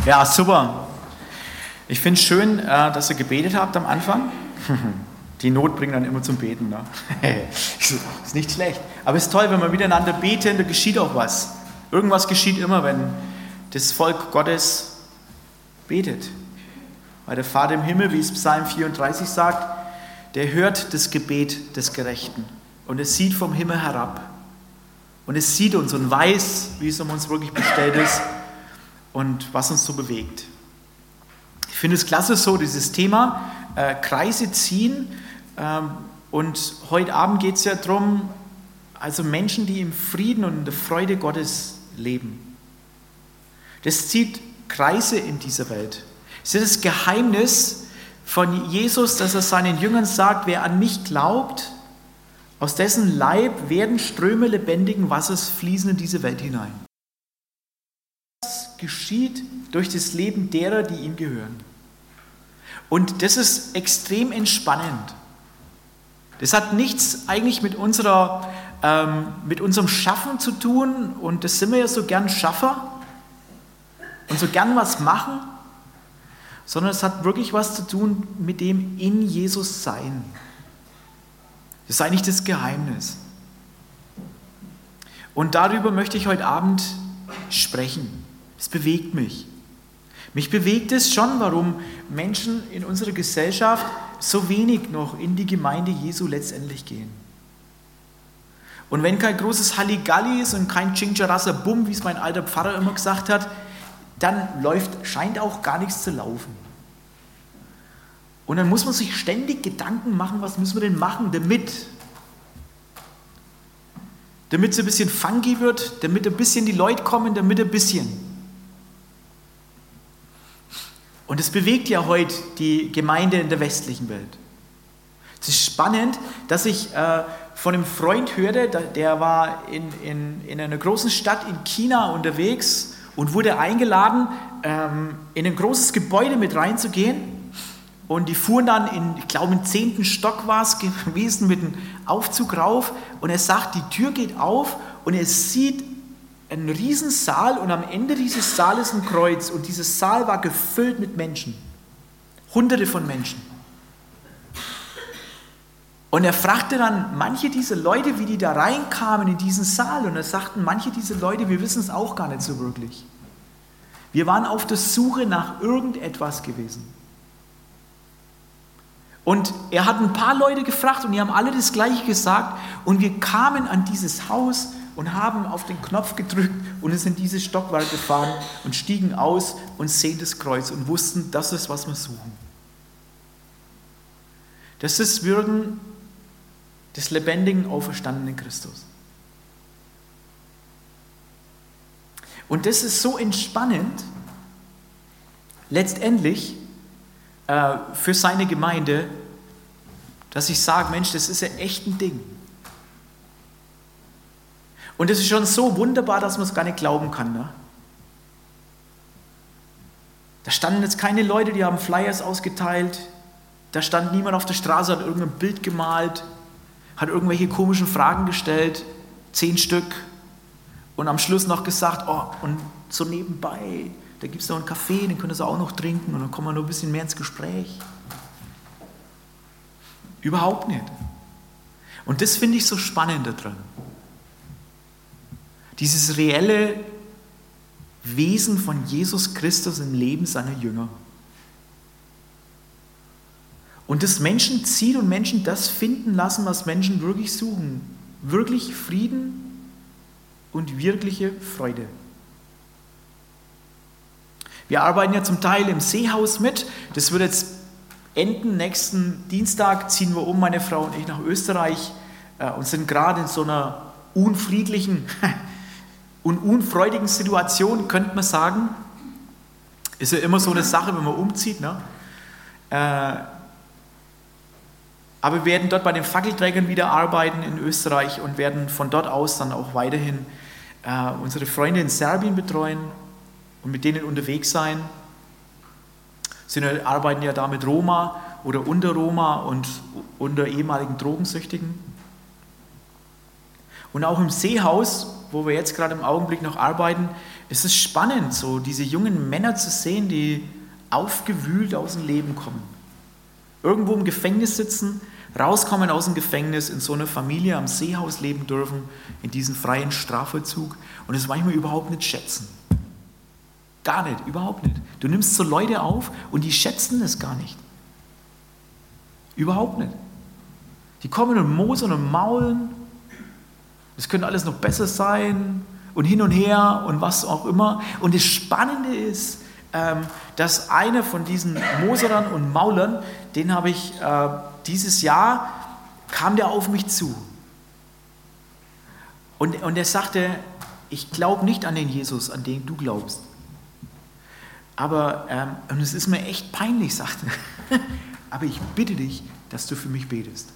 Ja, super. Ich finde es schön, dass ihr gebetet habt am Anfang. Die Not bringt dann immer zum Beten. Ne? Ist nicht schlecht. Aber es ist toll, wenn wir miteinander beten, da geschieht auch was. Irgendwas geschieht immer, wenn das Volk Gottes betet. Weil der Vater im Himmel, wie es Psalm 34 sagt, der hört das Gebet des Gerechten. Und es sieht vom Himmel herab. Und es sieht uns und weiß, wie es um uns wirklich bestellt ist und was uns so bewegt. Ich finde es klasse so, dieses Thema Kreise ziehen. Und heute Abend geht es ja darum, also Menschen, die im Frieden und in der Freude Gottes leben. Das zieht Kreise in dieser Welt. Es ist das Geheimnis von Jesus, dass er seinen Jüngern sagt, wer an mich glaubt, aus dessen Leib werden Ströme lebendigen Wassers fließen in diese Welt hinein. Das geschieht durch das Leben derer, die ihm gehören. Und das ist extrem entspannend. Das hat nichts eigentlich mit unserem Schaffen zu tun, und das sind wir ja so gern Schaffer und so gern was machen, sondern es hat wirklich was zu tun mit dem in Jesus sein. Das ist eigentlich das Geheimnis. Und darüber möchte ich heute Abend sprechen. Es bewegt mich. Mich bewegt es schon, warum Menschen in unserer Gesellschaft so wenig noch in die Gemeinde Jesu letztendlich gehen. Und wenn kein großes Halligalli ist und kein Chingarasa Bum, wie es mein alter Pfarrer immer gesagt hat, dann scheint auch gar nichts zu laufen. Und dann muss man sich ständig Gedanken machen, was müssen wir denn machen, damit es ein bisschen funky wird, damit ein bisschen die Leute kommen, damit ein bisschen. Und es bewegt ja heute die Gemeinde in der westlichen Welt. Es ist spannend, dass ich von einem Freund hörte, der war in einer großen Stadt in China unterwegs und wurde eingeladen, in ein großes Gebäude mit reinzugehen. Und die fuhren dann ich glaube im 10. Stock war es gewesen, mit einem Aufzug rauf. Und er sagt, die Tür geht auf und er sieht einen riesen Saal und am Ende dieses Saales ein Kreuz. Und dieses Saal war gefüllt mit Menschen. Hunderte von Menschen. Und er fragte dann manche dieser Leute, wie die da reinkamen in diesen Saal. Und er sagten, manche dieser Leute, wir wissen es auch gar nicht so wirklich. Wir waren auf der Suche nach irgendetwas gewesen. Und er hat ein paar Leute gefragt und die haben alle das Gleiche gesagt. Und wir kamen an dieses Haus und haben auf den Knopf gedrückt und sind in dieses Stockwerk gefahren und stiegen aus und sehen das Kreuz und wussten, das ist, was wir suchen. Das ist Wirken des lebendigen, auferstandenen Christus. Und das ist so entspannend, letztendlich, für seine Gemeinde, dass ich sage, Mensch, das ist ja echt ein Ding. Und das ist schon so wunderbar, dass man es gar nicht glauben kann. Ne? Da standen jetzt keine Leute, die haben Flyers ausgeteilt. Da stand niemand auf der Straße, hat irgendein Bild gemalt, hat irgendwelche komischen Fragen gestellt, 10 Stück. Und am Schluss noch gesagt, oh, und so nebenbei, da gibt es noch einen Kaffee, den können Sie auch noch trinken und dann kommen wir noch ein bisschen mehr ins Gespräch. Überhaupt nicht. Und das finde ich so spannend daran. Dieses reelle Wesen von Jesus Christus im Leben seiner Jünger. Und das Menschen zieht und Menschen das finden lassen, was Menschen wirklich suchen. Wirklich Frieden und wirkliche Freude. Wir arbeiten ja zum Teil im Seehaus mit. Das wird jetzt enden. Nächsten Dienstag ziehen wir um, meine Frau und ich, nach Österreich und sind gerade in so einer unfriedlichen und unfreudigen Situation, könnte man sagen. Ist ja immer so eine Sache, wenn man umzieht. Ne? Aber wir werden dort bei den Fackelträgern wieder arbeiten in Österreich und werden von dort aus dann auch weiterhin unsere Freunde in Serbien betreuen und mit denen unterwegs sein. Sie arbeiten ja da mit Roma oder unter Roma und unter ehemaligen Drogensüchtigen. Und auch im Seehaus wo wir jetzt gerade im Augenblick noch arbeiten, es ist spannend, so diese jungen Männer zu sehen, die aufgewühlt aus dem Leben kommen. Irgendwo im Gefängnis sitzen, rauskommen aus dem Gefängnis, in so einer Familie am Seehaus leben dürfen, in diesem freien Strafvollzug und es manchmal überhaupt nicht schätzen. Gar nicht, überhaupt nicht. Du nimmst so Leute auf und die schätzen das gar nicht. Überhaupt nicht. Die kommen und mosern und maulen. Es könnte alles noch besser sein und hin und her und was auch immer. Und das Spannende ist, dass einer von diesen Moserern und Maulern, den habe ich dieses Jahr, kam der auf mich zu. Und er sagte, ich glaube nicht an den Jesus, an den du glaubst. Aber, und es ist mir echt peinlich, sagte er, aber ich bitte dich, dass du für mich betest.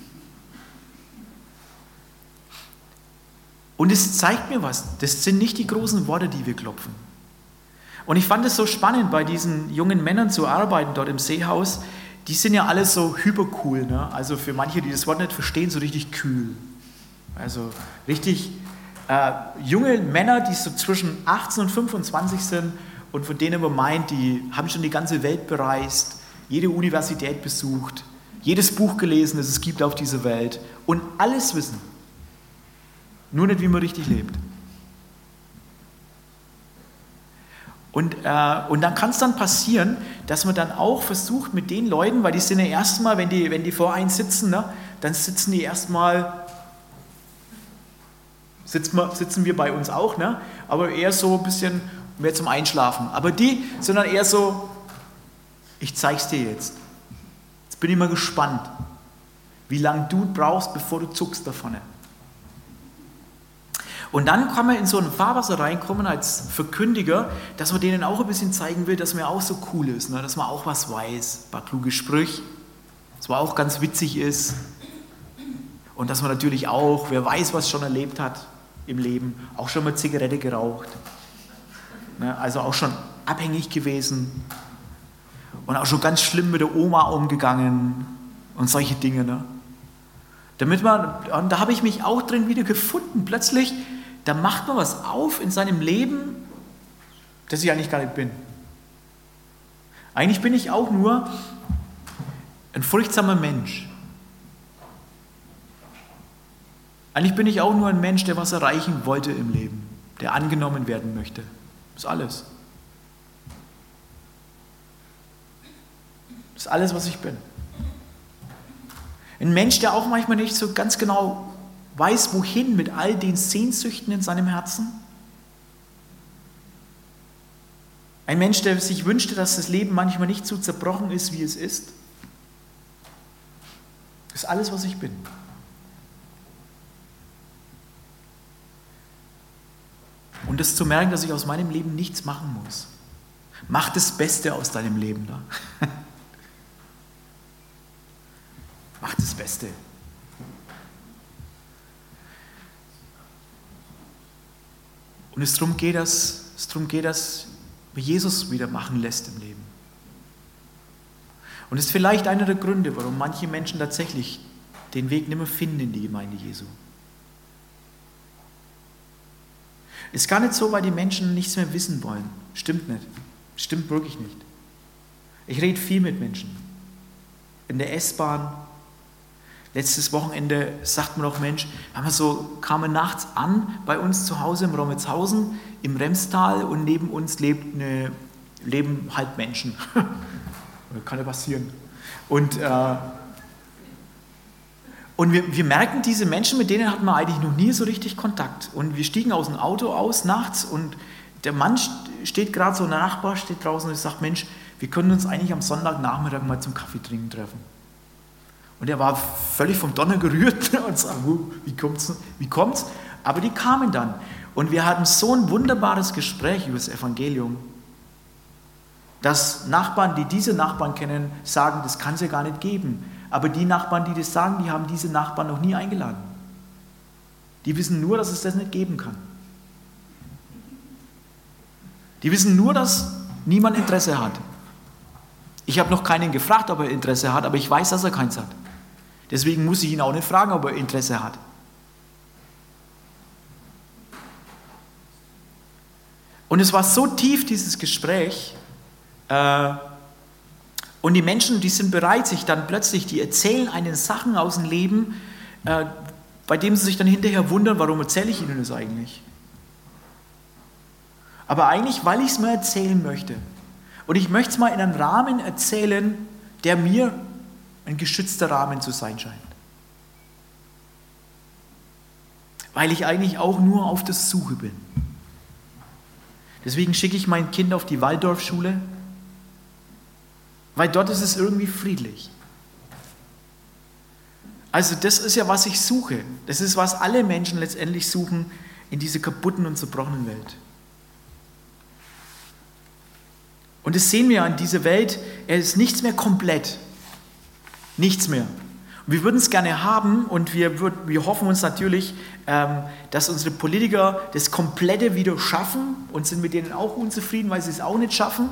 Und es zeigt mir was. Das sind nicht die großen Worte, die wir klopfen. Und ich fand es so spannend, bei diesen jungen Männern zu arbeiten, dort im Seehaus. Die sind ja alle so hypercool. Ne? Also für manche, die das Wort nicht verstehen, so richtig kühl. Also richtig junge Männer, die so zwischen 18 und 25 sind und von denen man meint, die haben schon die ganze Welt bereist, jede Universität besucht, jedes Buch gelesen, das es gibt auf dieser Welt und alles wissen. Nur nicht, wie man richtig lebt. Und dann kann es dann passieren, dass man dann auch versucht mit den Leuten, weil die sind ja erstmal, wenn die vor einem sitzen, ne, dann sitzen die erstmal, sitzen wir bei uns auch, ne, aber eher so ein bisschen mehr zum Einschlafen. Aber die sind dann eher so, ich zeig's dir jetzt. Jetzt bin ich mal gespannt, wie lange du brauchst, bevor du zuckst davon. Und dann kann man in so ein Fahrwasser reinkommen als Verkündiger, dass man denen auch ein bisschen zeigen will, dass man auch so cool ist, ne? Dass man auch was weiß, ein paar kluge Sprüche, dass man auch ganz witzig ist und dass man natürlich auch, wer weiß, was schon erlebt hat im Leben, auch schon mal Zigarette geraucht, ne? Also auch schon abhängig gewesen und auch schon ganz schlimm mit der Oma umgegangen und solche Dinge. Ne? Und da habe ich mich auch drin wieder gefunden, plötzlich. Da macht man was auf in seinem Leben, das ich eigentlich gar nicht bin. Eigentlich bin ich auch nur ein furchtsamer Mensch. Eigentlich bin ich auch nur ein Mensch, der was erreichen wollte im Leben, der angenommen werden möchte. Das ist alles. Das ist alles, was ich bin. Ein Mensch, der auch manchmal nicht so ganz genau weiß, wohin mit all den Sehnsüchten in seinem Herzen. Ein Mensch, der sich wünschte, dass das Leben manchmal nicht so zerbrochen ist, wie es ist. Das ist alles, was ich bin. Und das zu merken, dass ich aus meinem Leben nichts machen muss. Mach das Beste aus deinem Leben. Da. Mach das Beste. Und es darum geht, dass man Jesus wieder machen lässt im Leben. Und das ist vielleicht einer der Gründe, warum manche Menschen tatsächlich den Weg nicht mehr finden in die Gemeinde Jesu. Ist gar nicht so, weil die Menschen nichts mehr wissen wollen. Stimmt nicht. Stimmt wirklich nicht. Ich rede viel mit Menschen. In der S-Bahn. Letztes Wochenende sagt man doch, Mensch, kamen nachts an bei uns zu Hause im Rommetshausen, im Remstal und neben uns leben halt Menschen. Kann ja passieren. Und wir merken, diese Menschen, mit denen hatten wir eigentlich noch nie so richtig Kontakt. Und wir stiegen aus dem Auto aus nachts und der Mann steht gerade so, der Nachbar steht draußen und sagt, Mensch, wir können uns eigentlich am Sonntagnachmittag mal zum Kaffee trinken treffen. Und er war völlig vom Donner gerührt und sagte, wie kommt's? Aber die kamen dann. Und wir hatten so ein wunderbares Gespräch über das Evangelium, dass Nachbarn, die diese Nachbarn kennen, sagen, das kann es ja gar nicht geben. Aber die Nachbarn, die das sagen, die haben diese Nachbarn noch nie eingeladen. Die wissen nur, dass es das nicht geben kann. Die wissen nur, dass niemand Interesse hat. Ich habe noch keinen gefragt, ob er Interesse hat, aber ich weiß, dass er keins hat. Deswegen muss ich ihn auch nicht fragen, ob er Interesse hat. Und es war so tief, dieses Gespräch. Und die Menschen, die sind bereit, sich dann plötzlich, die erzählen einen Sachen aus dem Leben, bei dem sie sich dann hinterher wundern, warum erzähle ich ihnen das eigentlich? Aber eigentlich, weil ich es mal erzählen möchte. Und ich möchte es mal in einem Rahmen erzählen, der mir ein geschützter Rahmen zu sein scheint. Weil ich eigentlich auch nur auf der Suche bin. Deswegen schicke ich mein Kind auf die Waldorfschule, weil dort ist es irgendwie friedlich. Also das ist ja, was ich suche. Das ist, was alle Menschen letztendlich suchen in dieser kaputten und zerbrochenen Welt. Und das sehen wir an dieser Welt, es ist nichts mehr komplett. Nichts mehr. Und wir würden es gerne haben und wir hoffen uns natürlich, dass unsere Politiker das Komplette wieder schaffen und sind mit denen auch unzufrieden, weil sie es auch nicht schaffen.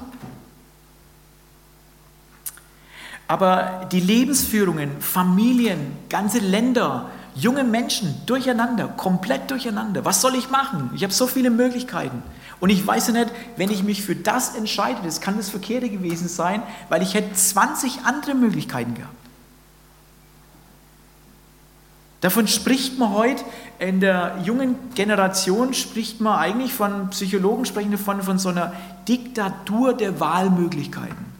Aber die Lebensführungen, Familien, ganze Länder, junge Menschen, durcheinander, komplett durcheinander. Was soll ich machen? Ich habe so viele Möglichkeiten. Und ich weiß ja nicht, wenn ich mich für das entscheide, das kann das Verkehrte gewesen sein, weil ich hätte 20 andere Möglichkeiten gehabt. Davon spricht man heute, in der jungen Generation spricht man eigentlich von, Psychologen sprechen davon, von so einer Diktatur der Wahlmöglichkeiten.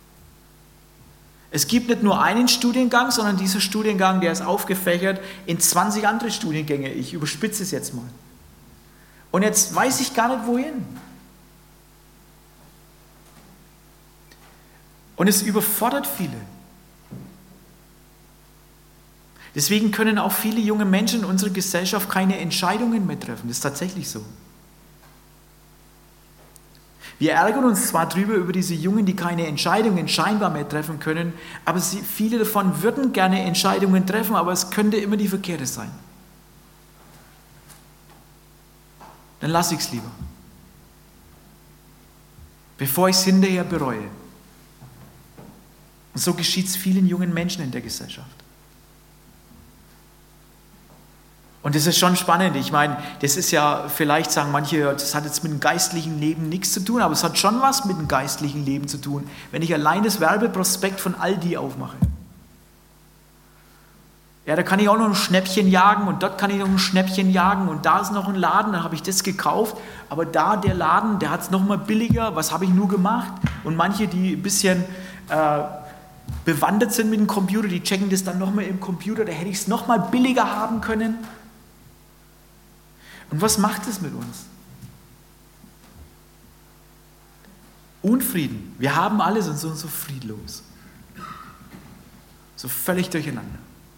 Es gibt nicht nur einen Studiengang, sondern dieser Studiengang, der ist aufgefächert in 20 andere Studiengänge. Ich überspitze es jetzt mal. Und jetzt weiß ich gar nicht, wohin. Und es überfordert viele. Deswegen können auch viele junge Menschen in unserer Gesellschaft keine Entscheidungen mehr treffen. Das ist tatsächlich so. Wir ärgern uns zwar drüber über diese Jungen, die keine Entscheidungen scheinbar mehr treffen können, aber viele davon würden gerne Entscheidungen treffen, aber es könnte immer die verkehrte sein. Dann lasse ich es lieber, bevor ich es hinterher bereue. Und so geschieht es vielen jungen Menschen in der Gesellschaft. Und das ist schon spannend. Ich meine, das ist ja, vielleicht sagen manche, das hat jetzt mit dem geistlichen Leben nichts zu tun, aber es hat schon was mit dem geistlichen Leben zu tun, wenn ich allein das Werbeprospekt von Aldi aufmache. Ja, da kann ich auch noch ein Schnäppchen jagen und dort kann ich noch ein Schnäppchen jagen und da ist noch ein Laden, da habe ich das gekauft, aber da der Laden, der hat es nochmal billiger, was habe ich nur gemacht? Und manche, die ein bisschen bewandert sind mit dem Computer, die checken das dann nochmal im Computer, da hätte ich es nochmal billiger haben können. Und was macht es mit uns? Unfrieden. Wir haben alles und sind so friedlos. So völlig durcheinander.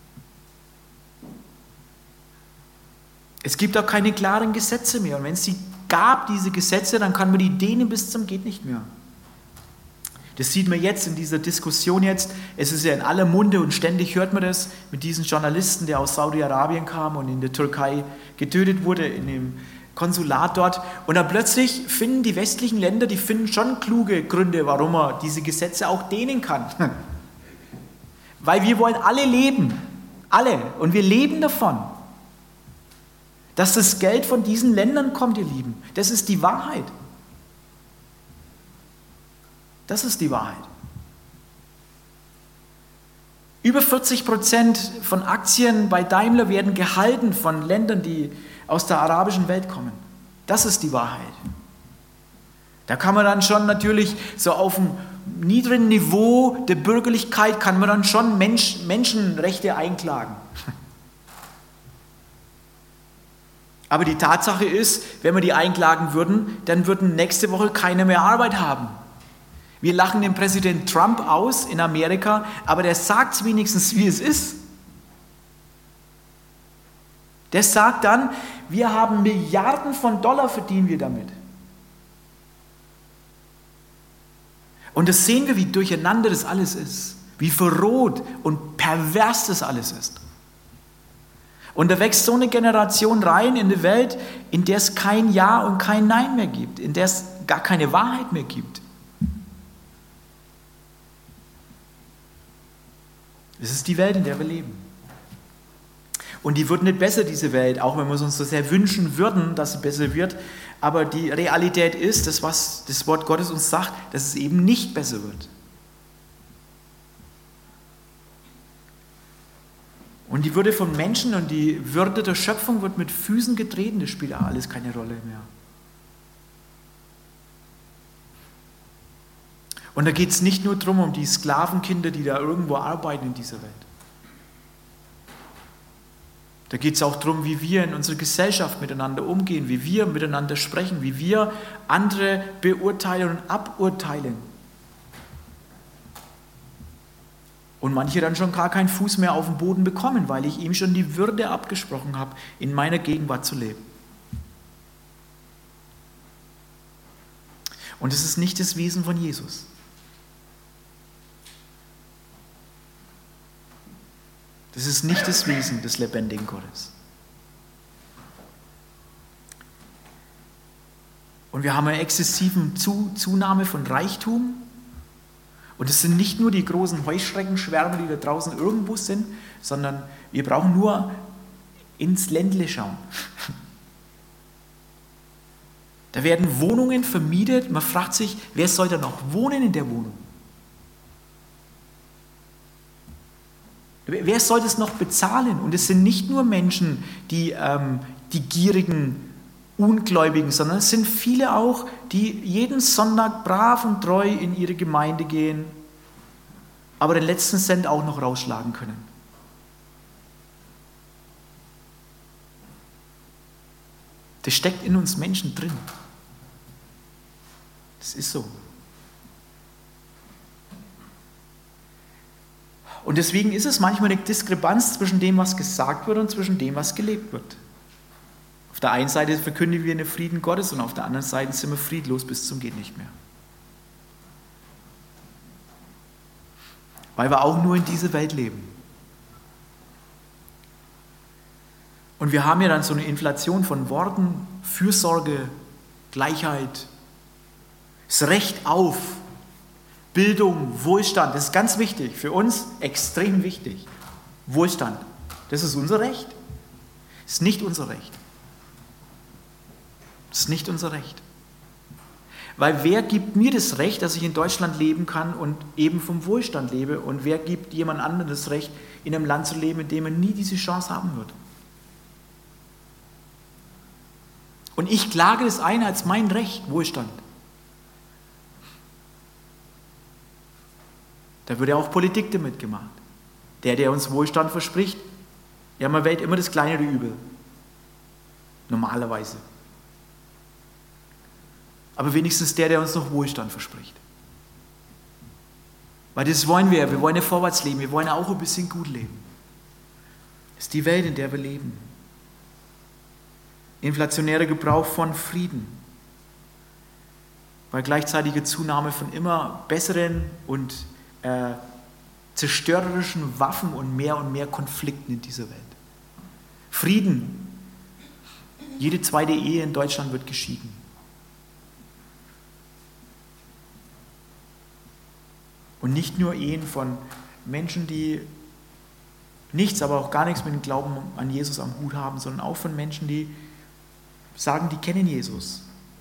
Es gibt auch keine klaren Gesetze mehr. Und wenn es sie gab, diese Gesetze, dann kann man die dehnen bis zum geht nicht mehr. Das sieht man jetzt in dieser Diskussion jetzt. Es ist ja in aller Munde und ständig hört man das mit diesem Journalisten, der aus Saudi-Arabien kam und in der Türkei getötet wurde, in dem Konsulat dort. Und dann plötzlich finden die westlichen Länder, die finden schon kluge Gründe, warum man diese Gesetze auch dehnen kann. Weil wir wollen alle leben. Alle. Und wir leben davon. Dass das Geld von diesen Ländern kommt, ihr Lieben. Das ist die Wahrheit. Das ist die Wahrheit. Über 40% von Aktien bei Daimler werden gehalten von Ländern, die aus der arabischen Welt kommen. Das ist die Wahrheit. Da kann man dann schon natürlich so auf einem niedrigen Niveau der Bürgerlichkeit kann man dann schon Menschenrechte einklagen. Aber die Tatsache ist, wenn wir die einklagen würden, dann würden nächste Woche keine mehr Arbeit haben. Wir lachen den Präsident Trump aus in Amerika, aber der sagt es wenigstens, wie es ist. Der sagt dann, wir haben Milliarden von Dollar, verdienen wir damit. Und das sehen wir, wie durcheinander das alles ist, wie verroht und pervers das alles ist. Und da wächst so eine Generation rein in die Welt, in der es kein Ja und kein Nein mehr gibt, in der es gar keine Wahrheit mehr gibt. Das ist die Welt, in der wir leben. Und die wird nicht besser, diese Welt, auch wenn wir es uns so sehr wünschen würden, dass sie besser wird. aber die Realität ist, dass was das Wort Gottes uns sagt, dass es eben nicht besser wird. Und die Würde von Menschen und die Würde der Schöpfung wird mit Füßen getreten, das spielt alles keine Rolle mehr. Und da geht es nicht nur darum, um die Sklavenkinder, die da irgendwo arbeiten in dieser Welt. Da geht es auch darum, wie wir in unserer Gesellschaft miteinander umgehen, wie wir miteinander sprechen, wie wir andere beurteilen und aburteilen. Und manche dann schon gar keinen Fuß mehr auf den Boden bekommen, weil ich ihm schon die Würde abgesprochen habe, in meiner Gegenwart zu leben. Und es ist nicht das Wesen von Jesus. Das ist nicht das Wesen des lebendigen Gottes. Und wir haben eine exzessive Zunahme von Reichtum. Und es sind nicht nur die großen Heuschreckenschwärme, die da draußen irgendwo sind, sondern wir brauchen nur ins Ländle schauen. Da werden Wohnungen vermietet. Man fragt sich, wer soll da noch wohnen in der Wohnung? Wer soll das noch bezahlen? Und es sind nicht nur Menschen, die gierigen Ungläubigen, sondern es sind viele auch, die jeden Sonntag brav und treu in ihre Gemeinde gehen, aber den letzten Cent auch noch rausschlagen können. Das steckt in uns Menschen drin. Das ist so. Und deswegen ist es manchmal eine Diskrepanz zwischen dem, was gesagt wird und zwischen dem, was gelebt wird. Auf der einen Seite verkündigen wir den Frieden Gottes und auf der anderen Seite sind wir friedlos bis zum geht nicht mehr. Weil wir auch nur in dieser Welt leben. Und wir haben ja dann so eine Inflation von Worten, Fürsorge, Gleichheit, das Recht auf, Bildung, Wohlstand, das ist ganz wichtig, für uns extrem wichtig. Wohlstand, das ist unser Recht. Das ist nicht unser Recht. Das ist nicht unser Recht. Weil wer gibt mir das Recht, dass ich in Deutschland leben kann und eben vom Wohlstand lebe? Und wer gibt jemand anderem das Recht, in einem Land zu leben, in dem er nie diese Chance haben wird? Und ich klage das ein als mein Recht, Wohlstand. Da wird ja auch Politik damit gemacht. Der uns Wohlstand verspricht, ja, man wählt immer das kleinere Übel. Normalerweise. Aber wenigstens der uns noch Wohlstand verspricht. Weil das wollen wir. Wir wollen ja vorwärts leben. Wir wollen auch ein bisschen gut leben. Das ist die Welt, in der wir leben. Inflationärer Gebrauch von Frieden. Weil gleichzeitige Zunahme von immer besseren und zerstörerischen Waffen und mehr Konflikten in dieser Welt. Frieden. Jede zweite Ehe in Deutschland wird geschieden. Und nicht nur Ehen von Menschen, die nichts, aber auch gar nichts mit dem Glauben an Jesus am Hut haben, sondern auch von Menschen, die sagen, die kennen Jesus.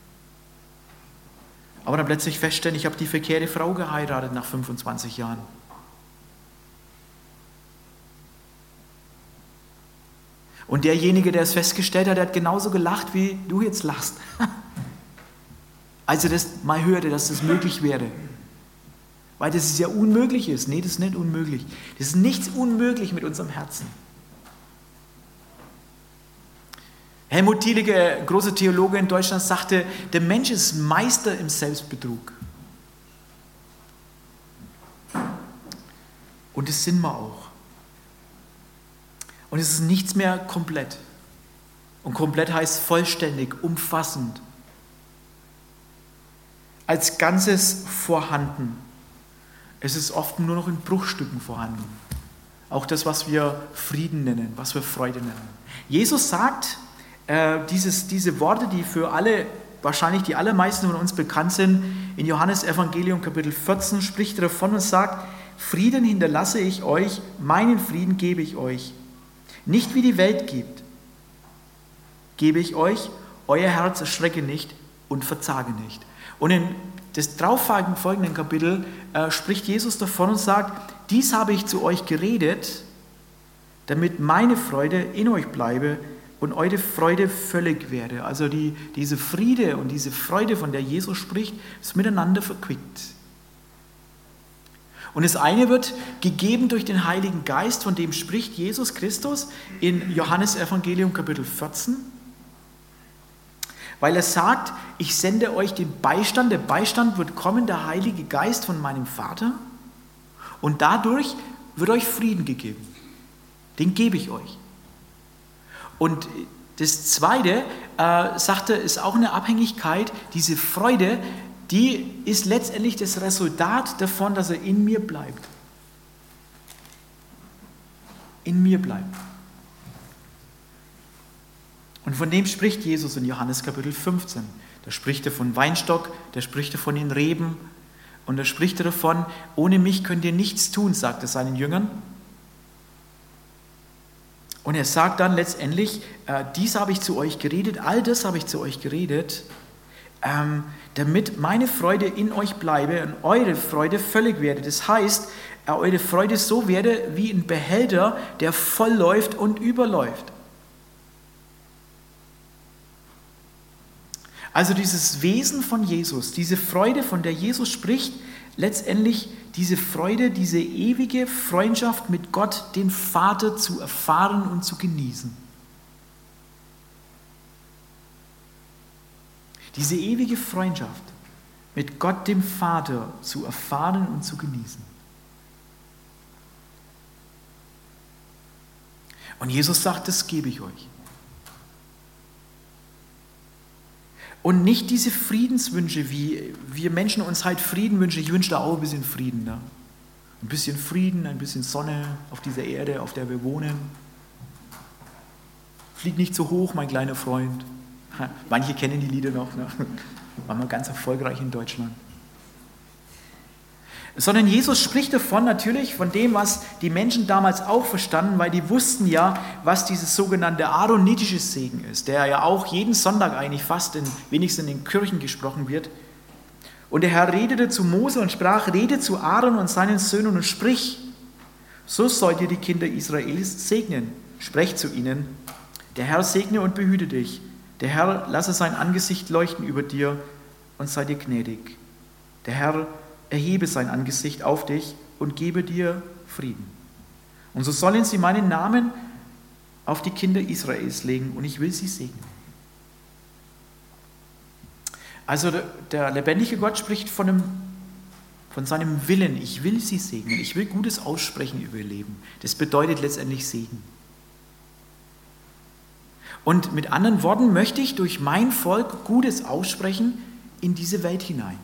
Aber dann plötzlich feststellen, ich habe die verkehrte Frau geheiratet nach 25 Jahren. Und derjenige, der es festgestellt hat, der hat genauso gelacht, wie du jetzt lachst. Als er das mal hörte, dass das möglich wäre. Weil das ja unmöglich ist. Nee, das ist nicht unmöglich. Das ist nichts unmöglich mit unserem Herzen. Helmut Thielicke, großer Theologe in Deutschland, sagte, der Mensch ist Meister im Selbstbetrug. Und das sind wir auch. Und es ist nichts mehr komplett. Und komplett heißt vollständig, umfassend. Als Ganzes vorhanden. Es ist oft nur noch in Bruchstücken vorhanden. Auch das, was wir Frieden nennen, was wir Freude nennen. Jesus sagt, diese Worte, die für alle, wahrscheinlich die allermeisten von uns bekannt sind, in Johannes Evangelium Kapitel 14 spricht er davon und sagt, Frieden hinterlasse ich euch, meinen Frieden gebe ich euch. Nicht wie die Welt gibt, gebe ich euch, euer Herz erschrecke nicht und verzage nicht. Und in das darauffolgenden Kapitel spricht Jesus davon und sagt, dies habe ich zu euch geredet, damit meine Freude in euch bleibe und eure Freude völlig werde. Also diese Friede und diese Freude, von der Jesus spricht, ist miteinander verquickt. Und das eine wird gegeben durch den Heiligen Geist, von dem spricht Jesus Christus in Johannes Evangelium Kapitel 14, weil er sagt, ich sende euch den Beistand, der Beistand wird kommen, der Heilige Geist von meinem Vater, und dadurch wird euch Frieden gegeben. Den gebe ich euch. Und das Zweite, sagt er, ist auch eine Abhängigkeit, diese Freude, die ist letztendlich das Resultat davon, dass er in mir bleibt. In mir bleibt. Und von dem spricht Jesus in Johannes Kapitel 15. Da spricht er von Weinstock, da spricht er von den Reben und da spricht er davon, ohne mich könnt ihr nichts tun, sagt er seinen Jüngern. Und er sagt dann letztendlich, dies habe ich zu euch geredet, all das habe ich zu euch geredet, damit meine Freude in euch bleibe und eure Freude völlig werde. Das heißt, eure Freude so werde wie ein Behälter, der voll läuft und überläuft. Also dieses Wesen von Jesus, diese Freude, von der Jesus spricht, letztendlich diese Freude, diese ewige Freundschaft mit Gott, dem Vater, zu erfahren und zu genießen. Diese ewige Freundschaft mit Gott, dem Vater, zu erfahren und zu genießen. Und Jesus sagt, das gebe ich euch. Und nicht diese Friedenswünsche, wie wir Menschen uns halt Frieden wünschen. Ich wünsche da auch ein bisschen Frieden. Ne? Ein bisschen Frieden, ein bisschen Sonne auf dieser Erde, auf der wir wohnen. Flieg nicht so hoch, mein kleiner Freund. Manche kennen die Lieder noch. Ne? Waren wir ganz erfolgreich in Deutschland. Sondern Jesus spricht davon natürlich, von dem, was die Menschen damals auch verstanden, weil die wussten ja, was dieses sogenannte aaronitische Segen ist, der ja auch jeden Sonntag eigentlich fast wenigstens in den Kirchen gesprochen wird. Und der Herr redete zu Mose und sprach, rede zu Aaron und seinen Söhnen und sprich, so sollt ihr die Kinder Israels segnen. Sprecht zu ihnen, der Herr segne und behüte dich. Der Herr lasse sein Angesicht leuchten über dir und sei dir gnädig. Der Herr erhebe sein Angesicht auf dich und gebe dir Frieden. Und so sollen sie meinen Namen auf die Kinder Israels legen und ich will sie segnen. Also der lebendige Gott spricht von seinem Willen. Ich will sie segnen. Ich will Gutes aussprechen über ihr Leben. Das bedeutet letztendlich Segen. Und mit anderen Worten möchte ich durch mein Volk Gutes aussprechen in diese Welt hinein.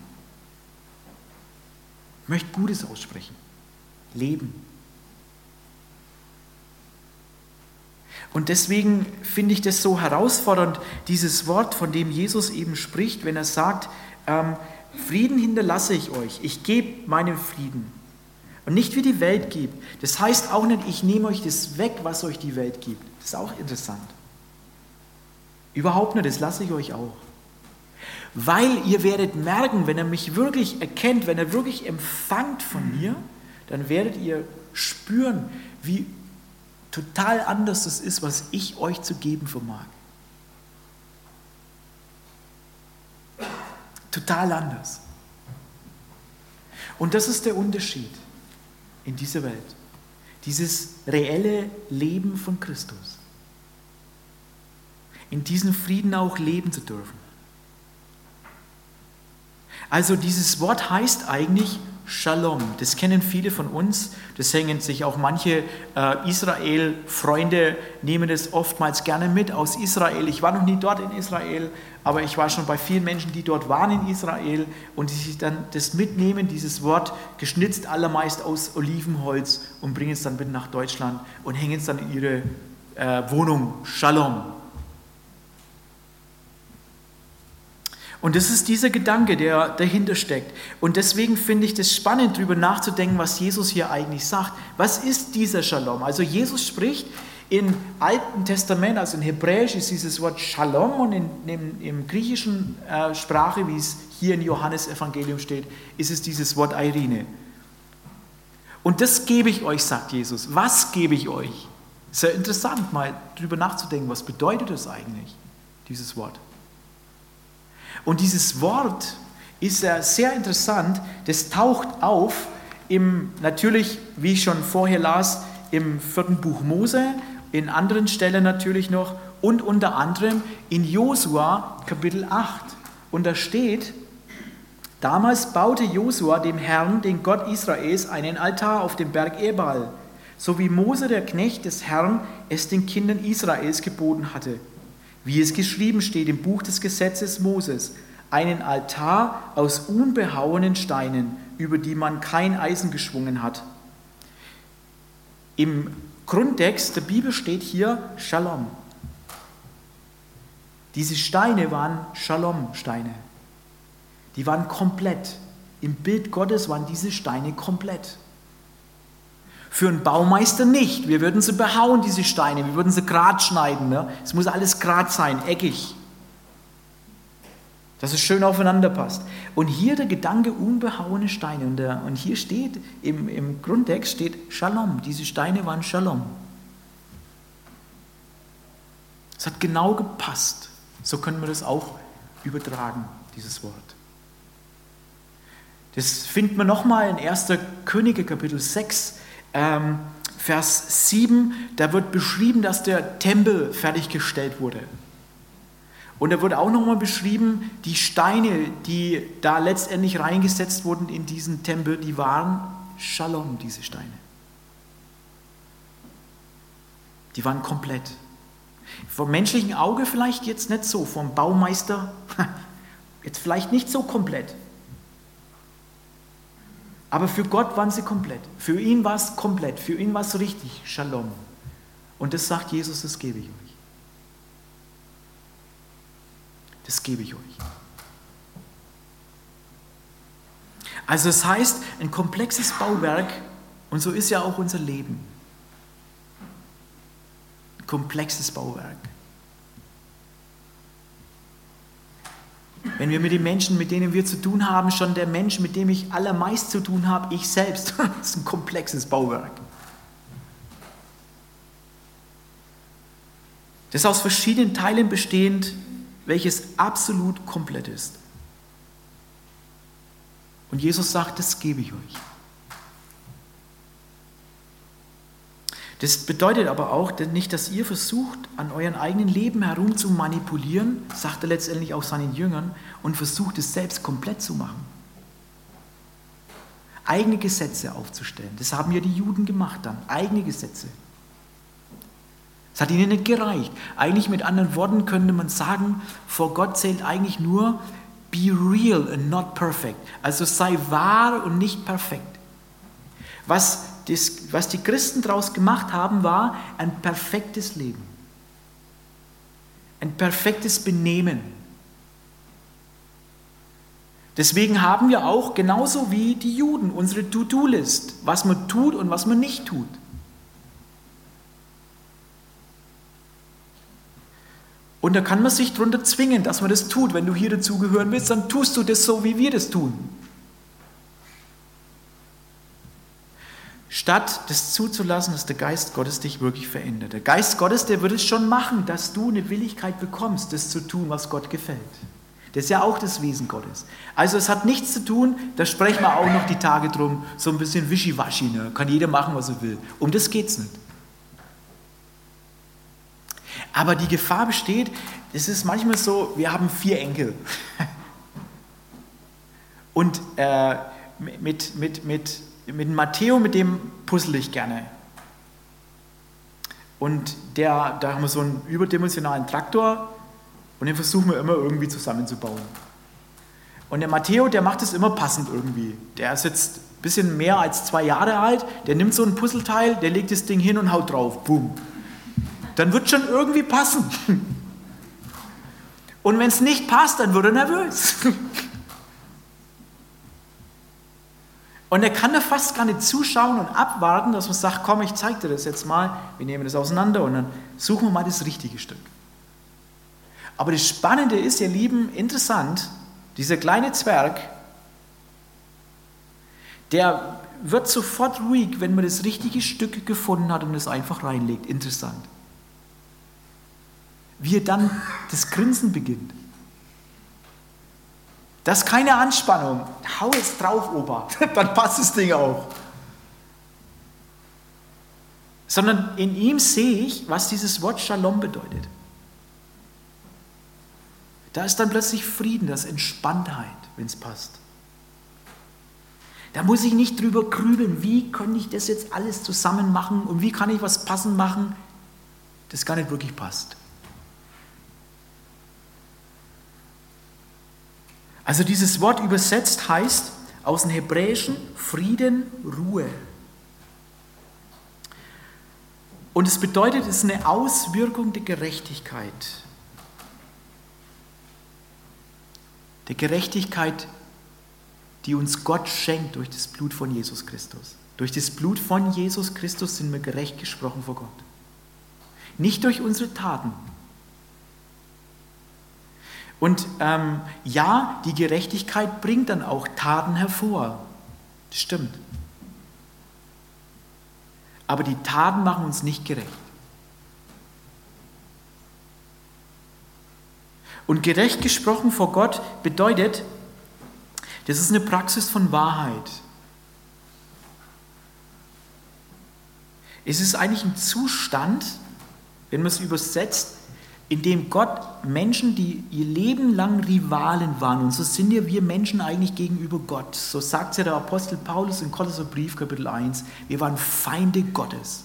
Ich möchte Gutes aussprechen. Leben. Und deswegen finde ich das so herausfordernd, dieses Wort, von dem Jesus eben spricht, wenn er sagt, Frieden hinterlasse ich euch, ich gebe meinen Frieden. Und nicht wie die Welt gibt. Das heißt auch nicht, ich nehme euch das weg, was euch die Welt gibt. Das ist auch interessant. Überhaupt nicht, das lasse ich euch auch. Weil ihr werdet merken, wenn ihr mich wirklich erkennt, wenn ihr wirklich empfangt von mir, dann werdet ihr spüren, wie total anders das ist, was ich euch zu geben vermag. Total anders. Und das ist der Unterschied in dieser Welt. Dieses reelle Leben von Christus. In diesem Frieden auch leben zu dürfen. Also dieses Wort heißt eigentlich Shalom. Das kennen viele von uns. Das hängen sich auch manche Israel-Freunde, nehmen das oftmals gerne mit aus Israel. Ich war noch nie dort in Israel, aber ich war schon bei vielen Menschen, die dort waren in Israel und die sich dann das mitnehmen, dieses Wort, geschnitzt allermeist aus Olivenholz, und bringen es dann mit nach Deutschland und hängen es dann in ihre Wohnung. Shalom. Und das ist dieser Gedanke, der dahinter steckt. Und deswegen finde ich das spannend, darüber nachzudenken, was Jesus hier eigentlich sagt. Was ist dieser Shalom? Also Jesus spricht, Im Alten Testament, also in Hebräisch, ist dieses Wort Shalom und im griechischen Sprache, wie es hier im Johannesevangelium steht, ist es dieses Wort Eirene. Und das gebe ich euch, sagt Jesus. Was gebe ich euch? Ist ja interessant, mal drüber nachzudenken, was bedeutet das eigentlich, dieses Wort? Und dieses Wort ist ja sehr interessant, das taucht auf natürlich, wie ich schon vorher las, im 4. Buch Mose, in anderen Stellen natürlich noch und unter anderem in Josua Kapitel 8. Und da steht, damals baute Josua dem Herrn, den Gott Israels, einen Altar auf dem Berg Ebal, so wie Mose, der Knecht des Herrn, es den Kindern Israels geboten hatte. Wie es geschrieben steht im Buch des Gesetzes Moses, einen Altar aus unbehauenen Steinen, über die man kein Eisen geschwungen hat. Im Grundtext der Bibel steht hier Shalom. Diese Steine waren Shalom-Steine. Die waren komplett. Im Bild Gottes waren diese Steine komplett. Für einen Baumeister nicht. Wir würden sie behauen, diese Steine. Wir würden sie gerade schneiden. Ne? Es muss alles gerade sein, eckig. Dass es schön aufeinander passt. Und hier der Gedanke unbehauene Steine. Und hier steht, im Grundtext steht Shalom. Diese Steine waren Shalom. Es hat genau gepasst. So können wir das auch übertragen, dieses Wort. Das finden wir nochmal in 1. Könige Kapitel 6, Vers 7. Da wird beschrieben, dass der Tempel fertiggestellt wurde. Und da wird auch nochmal beschrieben, die Steine, die da letztendlich reingesetzt wurden in diesen Tempel, die waren Shalom, diese Steine. Die waren komplett. Vom menschlichen Auge vielleicht jetzt nicht so, vom Baumeister jetzt vielleicht nicht so komplett. Aber für Gott waren sie komplett. Für ihn war es komplett, für ihn war es richtig, Shalom. Und das sagt Jesus, das gebe ich euch. Das gebe ich euch. Also das heißt, ein komplexes Bauwerk, und so ist ja auch unser Leben. Ein komplexes Bauwerk. Wenn wir mit den Menschen, mit denen wir zu tun haben, schon der Mensch, mit dem ich allermeist zu tun habe, ich selbst, das ist ein komplexes Bauwerk. Das ist aus verschiedenen Teilen bestehend, welches absolut komplett ist. Und Jesus sagt, das gebe ich euch. Das bedeutet aber auch nicht, dass ihr versucht, an euren eigenen Leben herum zu manipulieren, sagt er letztendlich auch seinen Jüngern, und versucht es selbst komplett zu machen. Eigene Gesetze aufzustellen. Das haben ja die Juden gemacht dann, eigene Gesetze. Es hat ihnen nicht gereicht. Eigentlich mit anderen Worten könnte man sagen, vor Gott zählt eigentlich nur be real and not perfect. Also sei wahr und nicht perfekt. Was die Christen daraus gemacht haben, war ein perfektes Leben. Ein perfektes Benehmen. Deswegen haben wir auch, genauso wie die Juden, unsere To-Do-List, was man tut und was man nicht tut. Und da kann man sich drunter zwingen, dass man das tut. Wenn du hier dazugehören willst, dann tust du das so, wie wir das tun. Statt das zuzulassen, dass der Geist Gottes dich wirklich verändert. Der Geist Gottes, der wird es schon machen, dass du eine Willigkeit bekommst, das zu tun, was Gott gefällt. Das ist ja auch das Wesen Gottes. Also es hat nichts zu tun, da sprechen wir auch noch die Tage drum, so ein bisschen wischiwaschi, ne? Kann jeder machen, was er will. Um das geht es nicht. Aber die Gefahr besteht, es ist manchmal so, wir haben 4 Enkel. Und mit Matteo, mit dem puzzle ich gerne. Und da haben wir so einen überdimensionalen Traktor und den versuchen wir immer irgendwie zusammenzubauen. Und der Matteo, der macht es immer passend irgendwie. Der ist jetzt ein bisschen mehr als 2 Jahre alt, der nimmt so ein Puzzleteil, der legt das Ding hin und haut drauf. Boom. Dann wird schon irgendwie passen. Und wenn es nicht passt, dann wird er nervös. Und er kann da fast gar nicht zuschauen und abwarten, dass man sagt, komm, ich zeige dir das jetzt mal, wir nehmen das auseinander und dann suchen wir mal das richtige Stück. Aber das Spannende ist, ihr Lieben, interessant, dieser kleine Zwerg, der wird sofort ruhig, wenn man das richtige Stück gefunden hat und es einfach reinlegt. Interessant. Wie er dann das Grinsen beginnt. Das ist keine Anspannung. Hau jetzt drauf, Opa, dann passt das Ding auch. Sondern in ihm sehe ich, was dieses Wort Shalom bedeutet. Da ist dann plötzlich Frieden, da ist Entspanntheit, wenn es passt. Da muss ich nicht drüber grübeln, wie kann ich das jetzt alles zusammen machen und wie kann ich was passend machen, das gar nicht wirklich passt. Also dieses Wort übersetzt heißt aus dem Hebräischen Frieden, Ruhe. Und es bedeutet, es ist eine Auswirkung der Gerechtigkeit. Der Gerechtigkeit, die uns Gott schenkt durch das Blut von Jesus Christus. Durch das Blut von Jesus Christus sind wir gerecht gesprochen vor Gott. Nicht durch unsere Taten. Und ja, die Gerechtigkeit bringt dann auch Taten hervor. Das stimmt. Aber die Taten machen uns nicht gerecht. Und gerecht gesprochen vor Gott bedeutet, das ist eine Praxis von Wahrheit. Es ist eigentlich ein Zustand, wenn man es übersetzt, in dem Gott Menschen, die ihr Leben lang Rivalen waren, und so sind ja wir Menschen eigentlich gegenüber Gott. So sagt ja der Apostel Paulus im Kolosserbrief Kapitel 1, wir waren Feinde Gottes.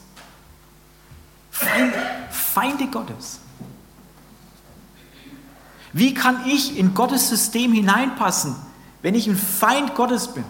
Feinde Gottes. Wie kann ich in Gottes System hineinpassen, wenn ich ein Feind Gottes bin?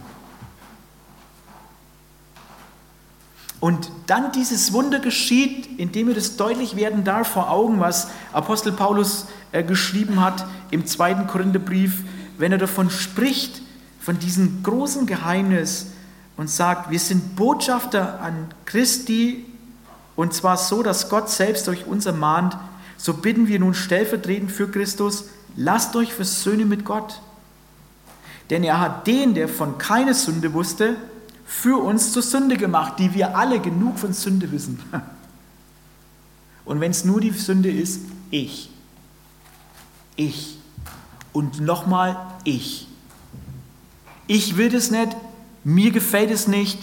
Und dann dieses Wunder geschieht, indem mir das deutlich werden darf vor Augen, was Apostel Paulus geschrieben hat im 2. Korintherbrief, wenn er davon spricht, von diesem großen Geheimnis und sagt, wir sind Botschafter an Christi und zwar so, dass Gott selbst durch uns ermahnt, so bitten wir nun stellvertretend für Christus, lasst euch versöhnen mit Gott. Denn er hat den, der von keiner Sünde wusste, für uns zur Sünde gemacht, die wir alle genug von Sünde wissen. Und wenn es nur die Sünde ist, ich. Ich. Und nochmal ich. Ich will das nicht, mir gefällt es nicht.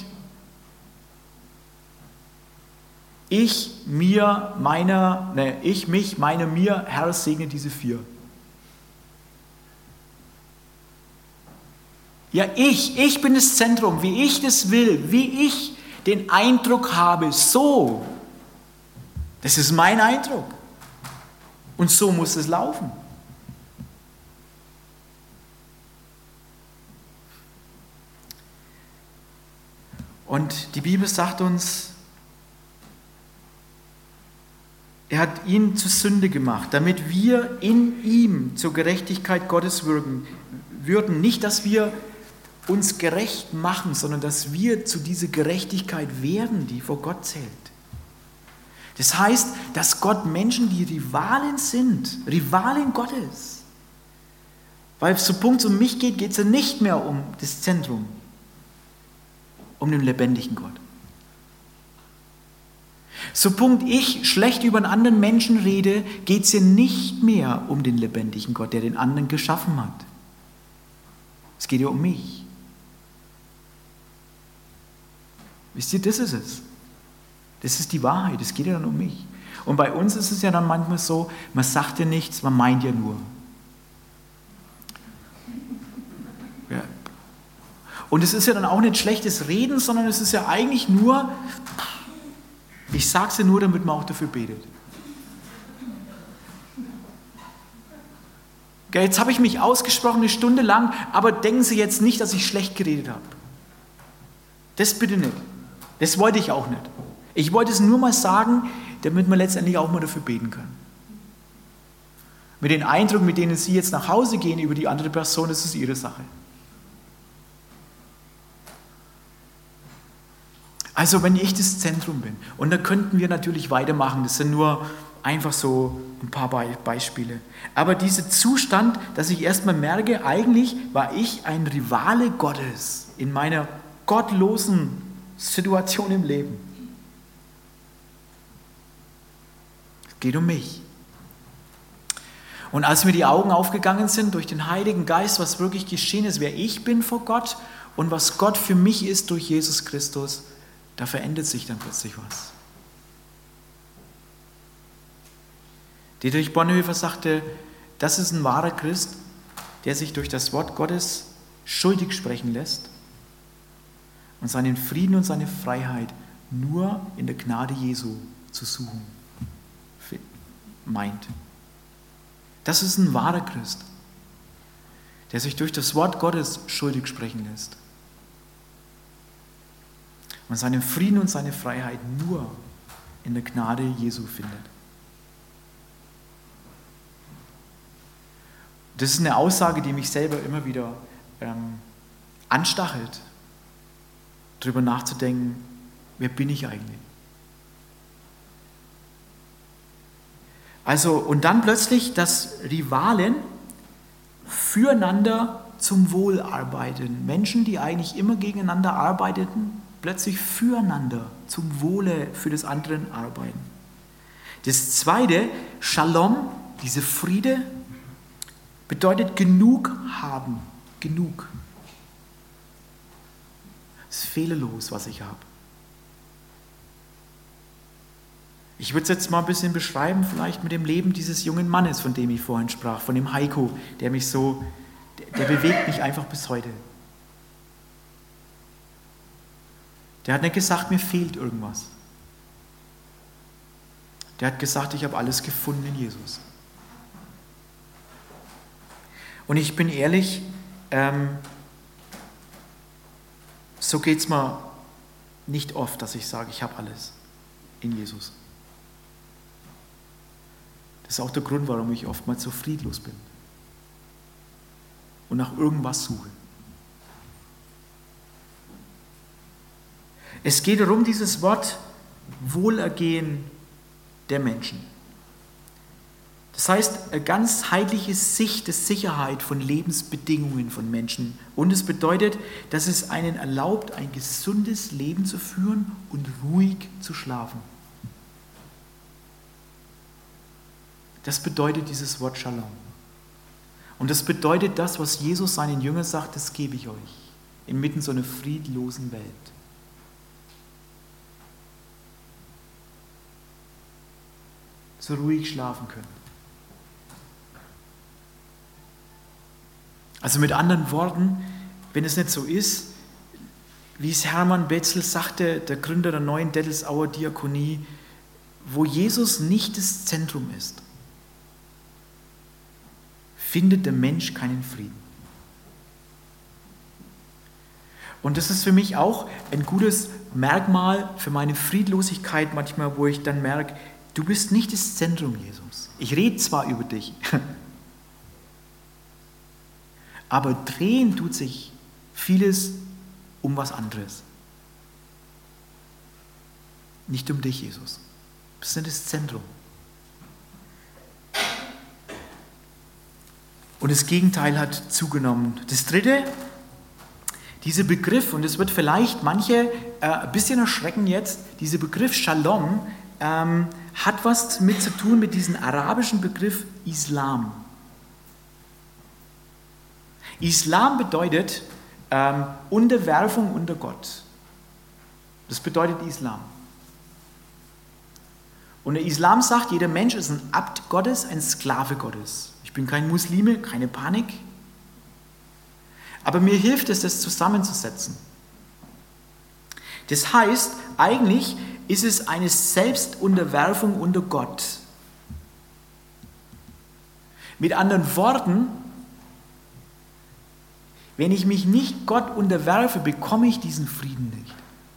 Ich, mir, meiner, ich, mich, meine, mir, Herr segne diese 4. Ja, ich bin das Zentrum, wie ich das will, wie ich den Eindruck habe, so. Das ist mein Eindruck. Und so muss es laufen. Und die Bibel sagt uns, er hat ihn zur Sünde gemacht, damit wir in ihm zur Gerechtigkeit Gottes würden. Nicht, dass wir uns gerecht machen, sondern dass wir zu dieser Gerechtigkeit werden, die vor Gott zählt. Das heißt, dass Gott Menschen, die Rivalen sind, Rivalen Gottes. Weil so Punkt um mich geht, geht es ja nicht mehr um das Zentrum, um den lebendigen Gott. So Punkt ich schlecht über einen anderen Menschen rede, geht es ja nicht mehr um den lebendigen Gott, der den anderen geschaffen hat. Es geht ja um mich. Wisst ihr, das ist es. Das ist die Wahrheit, es geht ja dann um mich. Und bei uns ist es ja dann manchmal so, man sagt ja nichts, man meint ja nur. Ja. Und es ist ja dann auch nicht schlechtes Reden, sondern es ist ja eigentlich nur, ich sage es ja nur, damit man auch dafür betet. Jetzt habe ich mich ausgesprochen 1 Stunde lang, aber denken Sie jetzt nicht, dass ich schlecht geredet habe. Das bitte nicht. Das wollte ich auch nicht. Ich wollte es nur mal sagen, damit man letztendlich auch mal dafür beten kann. Mit den Eindrücken, mit denen Sie jetzt nach Hause gehen über die andere Person, das ist Ihre Sache. Also wenn ich das Zentrum bin. Und da könnten wir natürlich weitermachen. Das sind nur einfach so ein paar Beispiele. Aber dieser Zustand, dass ich erstmal merke, eigentlich war ich ein Rivale Gottes in meiner gottlosen Situation im Leben. Es geht um mich. Und als mir die Augen aufgegangen sind durch den Heiligen Geist, was wirklich geschehen ist, wer ich bin vor Gott und was Gott für mich ist durch Jesus Christus, da verändert sich dann plötzlich was. Dietrich Bonhoeffer sagte, das ist ein wahrer Christ, der sich durch das Wort Gottes schuldig sprechen lässt und seinen Frieden und seine Freiheit nur in der Gnade Jesu zu suchen meint. Das ist ein wahrer Christ, der sich durch das Wort Gottes schuldig sprechen lässt und seinen Frieden und seine Freiheit nur in der Gnade Jesu findet. Das ist eine Aussage, die mich selber immer wieder anstachelt, darüber nachzudenken, wer bin ich eigentlich? Also, und dann plötzlich, dass Rivalen füreinander zum Wohl arbeiten. Menschen, die eigentlich immer gegeneinander arbeiteten, plötzlich füreinander zum Wohle für das andere arbeiten. Das zweite, Shalom, diese Friede, bedeutet genug haben. Genug. Es ist fehlerlos, was ich habe. Ich würde es jetzt mal ein bisschen beschreiben, vielleicht mit dem Leben dieses jungen Mannes, von dem ich vorhin sprach, von dem Heiko, der bewegt mich einfach bis heute. Der hat nicht gesagt, mir fehlt irgendwas. Der hat gesagt, ich habe alles gefunden in Jesus. Und ich bin ehrlich, so geht es mir nicht oft, dass ich sage, ich habe alles in Jesus. Das ist auch der Grund, warum ich oftmals so friedlos bin und nach irgendwas suche. Es geht darum, dieses Wort Wohlergehen der Menschen. Das heißt, eine ganzheitliche Sicht der Sicherheit von Lebensbedingungen von Menschen. Und es bedeutet, dass es einen erlaubt, ein gesundes Leben zu führen und ruhig zu schlafen. Das bedeutet dieses Wort Shalom. Und das bedeutet das, was Jesus seinen Jüngern sagt, das gebe ich euch, inmitten so einer friedlosen Welt. So ruhig schlafen können. Also mit anderen Worten, wenn es nicht so ist, wie es Hermann Betzel sagte, der Gründer der neuen Dettelsauer Diakonie, wo Jesus nicht das Zentrum ist, findet der Mensch keinen Frieden. Und das ist für mich auch ein gutes Merkmal für meine Friedlosigkeit manchmal, wo ich dann merke, du bist nicht das Zentrum, Jesus. Ich rede zwar über dich, aber drehen tut sich vieles um was anderes. Nicht um dich, Jesus. Du bist nicht das Zentrum. Und das Gegenteil hat zugenommen. Das dritte, dieser Begriff, und es wird vielleicht manche ein bisschen erschrecken jetzt, dieser Begriff Shalom hat was mit zu tun mit diesem arabischen Begriff Islam. Islam bedeutet Unterwerfung unter Gott. Das bedeutet Islam. Und der Islam sagt, jeder Mensch ist ein Abt Gottes, ein Sklave Gottes. Ich bin kein Muslime, keine Panik. Aber mir hilft es, das zusammenzusetzen. Das heißt, eigentlich ist es eine Selbstunterwerfung unter Gott. Mit anderen Worten, wenn ich mich nicht Gott unterwerfe, bekomme ich diesen Frieden nicht.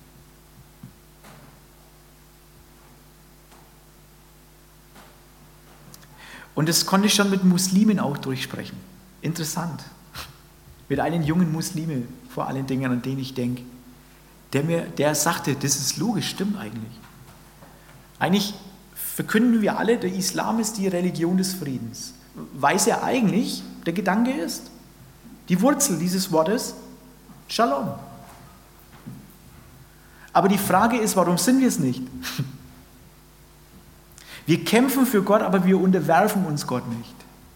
Und das konnte ich schon mit Muslimen auch durchsprechen. Interessant. Mit einem jungen Muslime, vor allen Dingen, an den ich denke, der sagte, das ist logisch, stimmt eigentlich. Eigentlich verkünden wir alle, der Islam ist die Religion des Friedens. Weil es ja eigentlich der Gedanke ist. Die Wurzel dieses Wortes, Shalom. Aber die Frage ist, warum sind wir es nicht? Wir kämpfen für Gott, aber wir unterwerfen uns Gott nicht.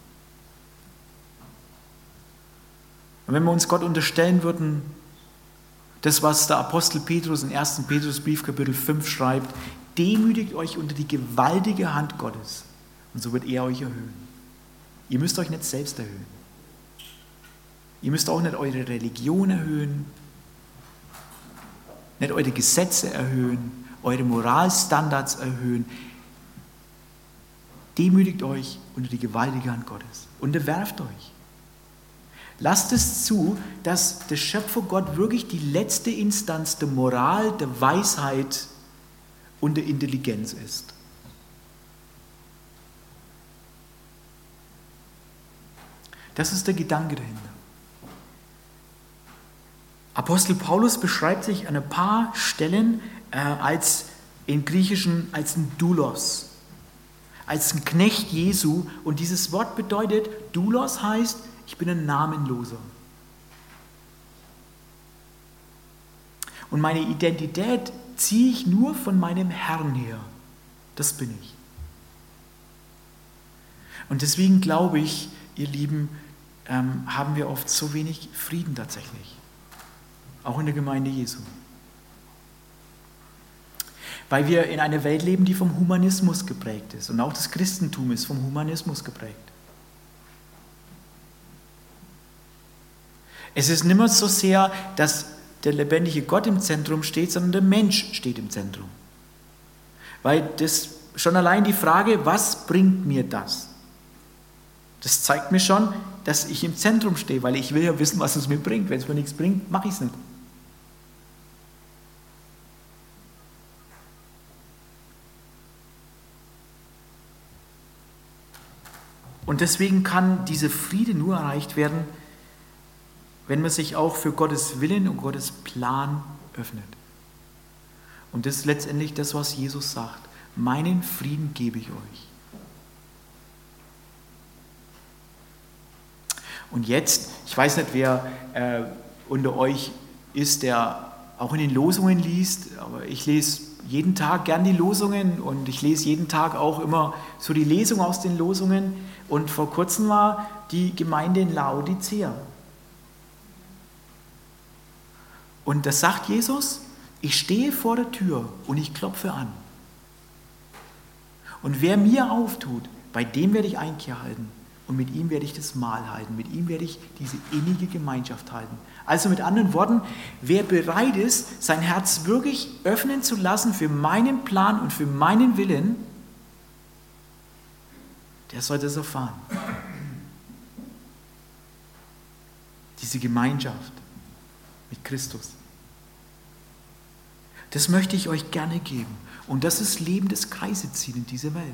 Und wenn wir uns Gott unterstellen würden, das, was der Apostel Petrus in 1. Petrusbrief Kapitel 5 schreibt, demütigt euch unter die gewaltige Hand Gottes und so wird er euch erhöhen. Ihr müsst euch nicht selbst erhöhen. Ihr müsst auch nicht eure Religion erhöhen, nicht eure Gesetze erhöhen, eure Moralstandards erhöhen. Demütigt euch unter die gewaltige Hand Gottes. Unterwerft euch. Lasst es zu, dass der Schöpfer Gott wirklich die letzte Instanz der Moral, der Weisheit und der Intelligenz ist. Das ist der Gedanke dahinter. Apostel Paulus beschreibt sich an ein paar Stellen als im Griechischen als ein Doulos, als ein Knecht Jesu. Und dieses Wort bedeutet, Doulos heißt, ich bin ein Namenloser. Und meine Identität ziehe ich nur von meinem Herrn her. Das bin ich. Und deswegen glaube ich, ihr Lieben, haben wir oft so wenig Frieden tatsächlich. Auch in der Gemeinde Jesu. Weil wir in einer Welt leben, die vom Humanismus geprägt ist. Und auch das Christentum ist vom Humanismus geprägt. Es ist nicht mehr so sehr, dass der lebendige Gott im Zentrum steht, sondern der Mensch steht im Zentrum. Weil das schon allein die Frage, was bringt mir das? Das zeigt mir schon, dass ich im Zentrum stehe, weil ich will ja wissen, was es mir bringt. Wenn es mir nichts bringt, mache ich es nicht. Und deswegen kann dieser Friede nur erreicht werden, wenn man sich auch für Gottes Willen und Gottes Plan öffnet. Und das ist letztendlich das, was Jesus sagt. Meinen Frieden gebe ich euch. Und jetzt, ich weiß nicht, wer unter euch ist, der auch in den Losungen liest, aber ich lese jeden Tag gern die Losungen und ich lese jeden Tag auch immer so die Lesung aus den Losungen. Und vor kurzem war die Gemeinde in Laodicea. Und da sagt Jesus, ich stehe vor der Tür und ich klopfe an. Und wer mir auftut, bei dem werde ich Einkehr halten. Und mit ihm werde ich das Mahl halten. Mit ihm werde ich diese innige Gemeinschaft halten. Also mit anderen Worten, wer bereit ist, sein Herz wirklich öffnen zu lassen für meinen Plan und für meinen Willen, der soll das erfahren. Diese Gemeinschaft mit Christus. Das möchte ich euch gerne geben. Und das ist Leben des Kreiseziehen in dieser Welt.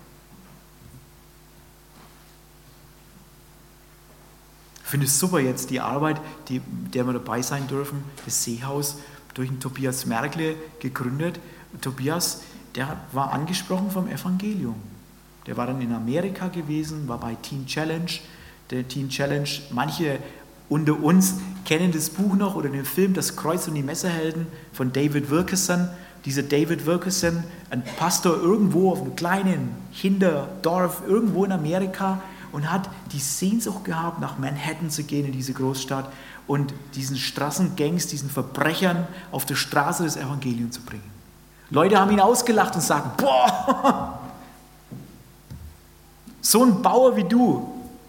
Ich finde es super jetzt, die Arbeit, der wir dabei sein dürfen, das Seehaus durch den Tobias Merkle gegründet. Und Tobias, der war angesprochen vom Evangelium. Der war dann in Amerika gewesen, war bei Teen Challenge. Der Teen Challenge, manche unter uns kennen das Buch noch oder den Film Das Kreuz und die Messerhelden von David Wilkerson. Dieser David Wilkerson, ein Pastor irgendwo auf einem kleinen Hinterdorf, irgendwo in Amerika, und hat die Sehnsucht gehabt, nach Manhattan zu gehen, in diese Großstadt, und diesen Straßengangs, diesen Verbrechern auf der Straße das Evangelium zu bringen. Leute haben ihn ausgelacht und sagen, boah, so ein Bauer wie du.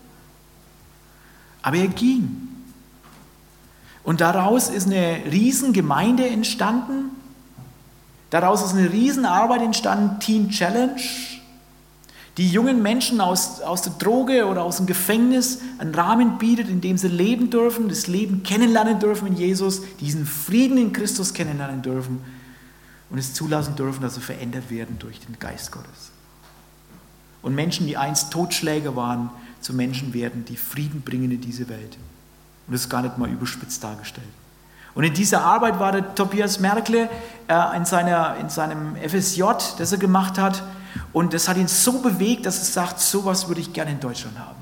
Aber er ging. Und daraus ist eine Riesengemeinde entstanden. Daraus ist eine Riesenarbeit entstanden, Teen Challenge, die jungen Menschen aus der Droge oder aus dem Gefängnis einen Rahmen bietet, in dem sie leben dürfen, das Leben kennenlernen dürfen in Jesus, diesen Frieden in Christus kennenlernen dürfen und es zulassen dürfen, dass sie verändert werden durch den Geist Gottes. Und Menschen, die einst Totschläger waren, zu Menschen werden, die Frieden bringen in diese Welt. Und das ist gar nicht mal überspitzt dargestellt. Und in dieser Arbeit war der Tobias Merkle in seinem FSJ, das er gemacht hat. Und das hat ihn so bewegt, dass er sagt, sowas würde ich gerne in Deutschland haben.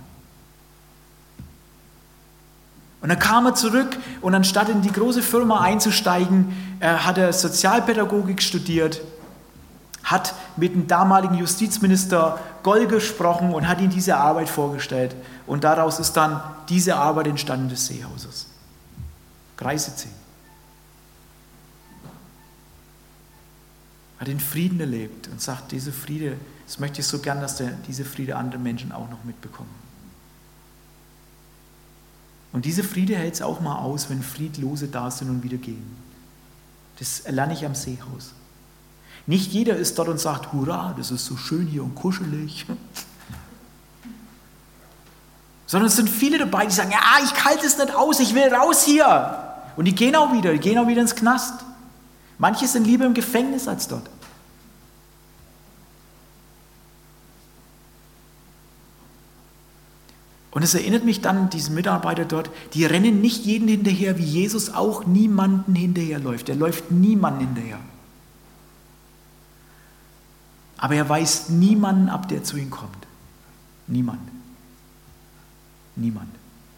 Und dann kam er zurück und anstatt in die große Firma einzusteigen, hat er Sozialpädagogik studiert, hat mit dem damaligen Justizminister Goll gesprochen und hat ihm diese Arbeit vorgestellt. Und daraus ist dann diese Arbeit entstanden des Seehauses. Kreisitz. Hat den Frieden erlebt und sagt, diese Friede, das möchte ich so gern, dass diese Friede andere Menschen auch noch mitbekommen. Und diese Friede hält es auch mal aus, wenn Friedlose da sind und wieder gehen. Das lerne ich am Seehaus. Nicht jeder ist dort und sagt, hurra, das ist so schön hier und kuschelig. Sondern es sind viele dabei, die sagen, ja, ich halte es nicht aus, ich will raus hier. Und die gehen auch wieder ins Knast. Manche sind lieber im Gefängnis als dort. Und es erinnert mich dann, diesen Mitarbeiter dort, die rennen nicht jeden hinterher, wie Jesus auch niemanden hinterherläuft. Er läuft niemanden hinterher. Aber er weist niemanden ab, der zu ihm kommt. Niemand. Niemand.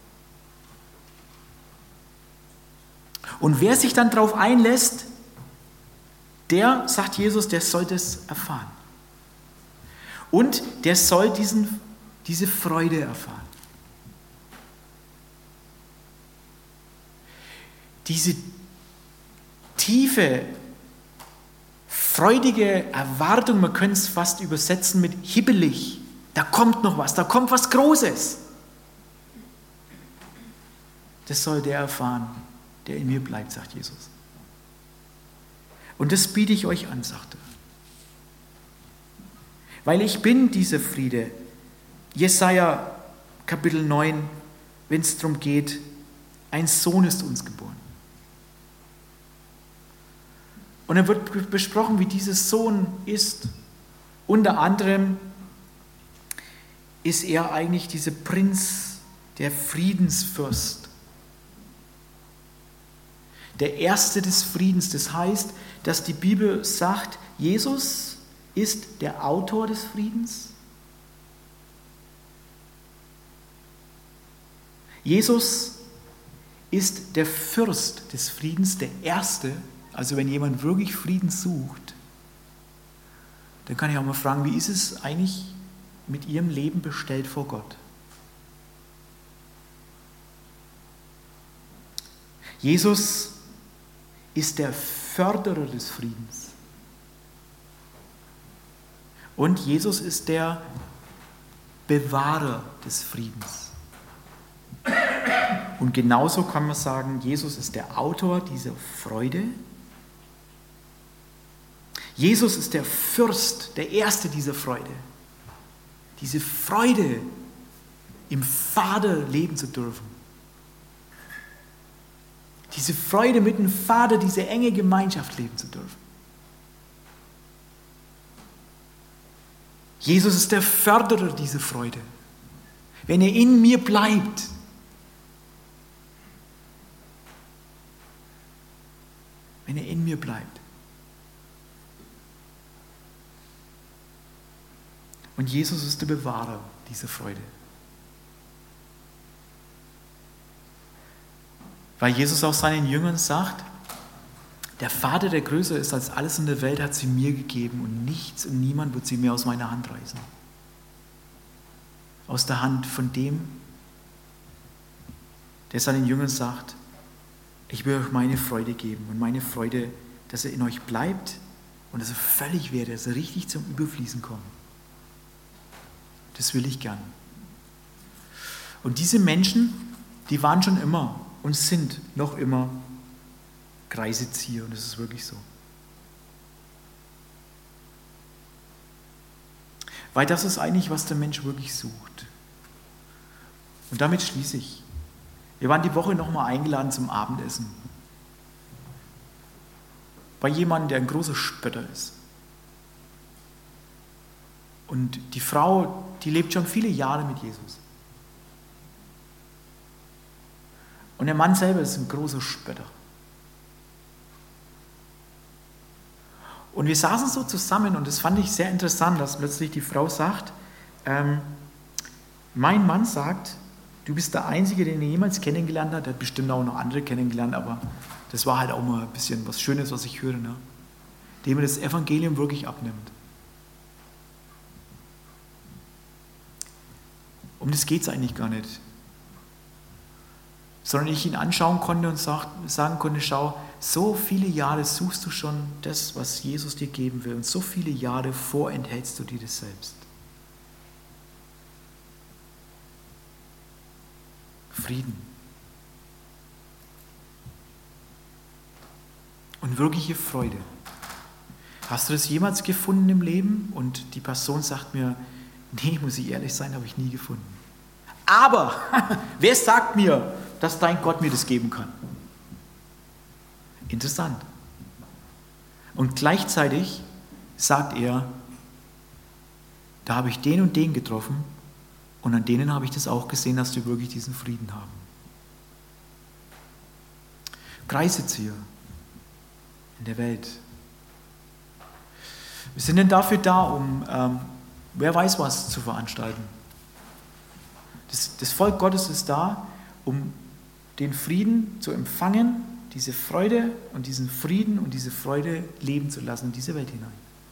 Und wer sich dann darauf einlässt, der, sagt Jesus, der soll das erfahren. Und der soll diese Freude erfahren. Diese tiefe, freudige Erwartung, man könnte es fast übersetzen mit hibbelig. Da kommt noch was, da kommt was Großes. Das soll der erfahren, der in mir bleibt, sagt Jesus. Und das biete ich euch an, sagt er. Weil ich bin dieser Friede. Jesaja Kapitel 9, wenn es darum geht, ein Sohn ist uns geboren. Und dann wird besprochen, wie dieser Sohn ist. Unter anderem ist er eigentlich dieser Prinz, der Friedensfürst. Der Erste des Friedens. Das heißt, dass die Bibel sagt, Jesus ist der Autor des Friedens. Jesus ist der Fürst des Friedens, der Erste. Also wenn jemand wirklich Frieden sucht, dann kann ich auch mal fragen, wie ist es eigentlich mit ihrem Leben bestellt vor Gott? Jesus ist der Förderer des Friedens. Und Jesus ist der Bewahrer des Friedens. Und genauso kann man sagen, Jesus ist der Autor dieser Freude. Jesus ist der Fürst, der Erste dieser Freude. Diese Freude, im Vater leben zu dürfen. Diese Freude mit dem Vater, diese enge Gemeinschaft leben zu dürfen. Jesus ist der Förderer dieser Freude. Wenn er in mir bleibt, wenn er in mir bleibt. Und Jesus ist der Bewahrer dieser Freude. Weil Jesus auch seinen Jüngern sagt, der Vater, der größer ist als alles in der Welt, hat sie mir gegeben und nichts und niemand wird sie mir aus meiner Hand reißen. Aus der Hand von dem, der seinen Jüngern sagt, ich will euch meine Freude geben und meine Freude, dass er in euch bleibt und dass er völlig wird, dass er richtig zum Überfließen kommt. Das will ich gern. Und diese Menschen, die waren schon immer und sind noch immer Kreisezieher und das ist wirklich so. Weil das ist eigentlich, was der Mensch wirklich sucht. Und damit schließe ich. Wir waren die Woche nochmal eingeladen zum Abendessen. Bei jemandem, der ein großer Spötter ist. Und die Frau, die lebt schon viele Jahre mit Jesus. Und der Mann selber ist ein großer Spötter. Und wir saßen so zusammen und das fand ich sehr interessant, dass plötzlich die Frau sagt, mein Mann sagt, du bist der Einzige, den er jemals kennengelernt hat. Er hat bestimmt auch noch andere kennengelernt, aber das war halt auch mal ein bisschen was Schönes, was ich höre, ne? Dem er das Evangelium wirklich abnimmt. Um das geht es eigentlich gar nicht. Sondern ich ihn anschauen konnte und sagen konnte, schau, so viele Jahre suchst du schon das, was Jesus dir geben will und so viele Jahre vorenthältst du dir das selbst. Frieden. Und wirkliche Freude. Hast du das jemals gefunden im Leben? Und die Person sagt mir, nee, muss ich ehrlich sein, habe ich nie gefunden. Aber, wer sagt mir, dass dein Gott mir das geben kann? Interessant. Und gleichzeitig sagt er, da habe ich den und den getroffen und an denen habe ich das auch gesehen, dass die wirklich diesen Frieden haben. Kreisezieher in der Welt. Wir sind denn dafür da, um, wer weiß was, zu veranstalten. Das Volk Gottes ist da, um den Frieden zu empfangen, diese Freude und diesen Frieden und diese Freude leben zu lassen in diese Welt hinein.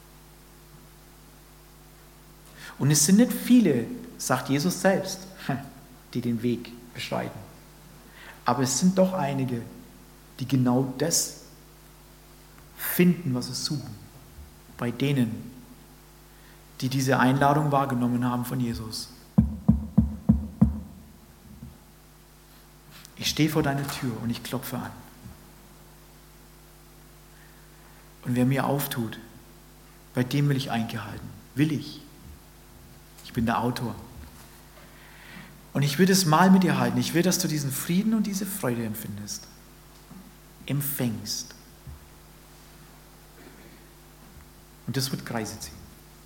Und es sind nicht viele, sagt Jesus selbst, die den Weg beschreiten. Aber es sind doch einige, die genau das finden, was sie suchen. Bei denen, die diese Einladung wahrgenommen haben von Jesus. Ich stehe vor deiner Tür und ich klopfe an. Und wer mir auftut, bei dem will ich eingehalten. Will ich. Ich bin der Autor. Und ich will das Mahl mit dir halten. Ich will, dass du diesen Frieden und diese Freude empfindest. Empfängst. Und das wird Kreise ziehen.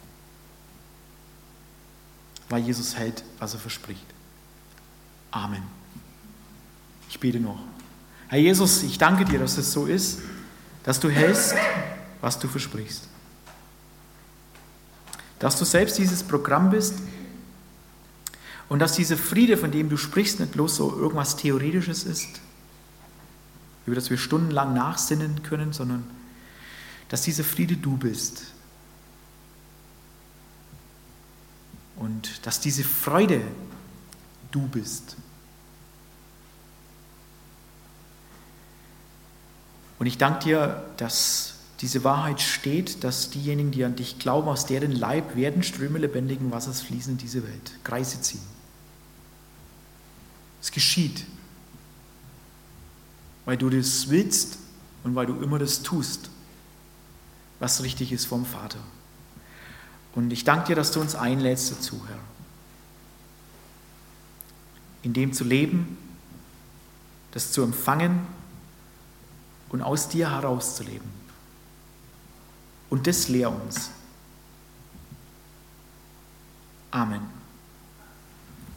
Weil Jesus hält, was er verspricht. Amen. Ich bete noch. Herr Jesus, ich danke dir, dass es so ist, dass du hältst, was du versprichst. Dass du selbst dieses Programm bist und dass dieser Friede, von dem du sprichst, nicht bloß so irgendwas Theoretisches ist, über das wir stundenlang nachsinnen können, sondern dass dieser Friede du bist. Und dass diese Freude du bist. Und ich danke dir, dass diese Wahrheit steht, dass diejenigen, die an dich glauben, aus deren Leib werden Ströme lebendigen Wassers fließen in diese Welt, Kreise ziehen. Es geschieht, weil du das willst und weil du immer das tust, was richtig ist vom Vater. Und ich danke dir, dass du uns einlädst dazu, Herr. In dem zu leben, das zu empfangen und aus dir herauszuleben. Und das lehr uns. Amen.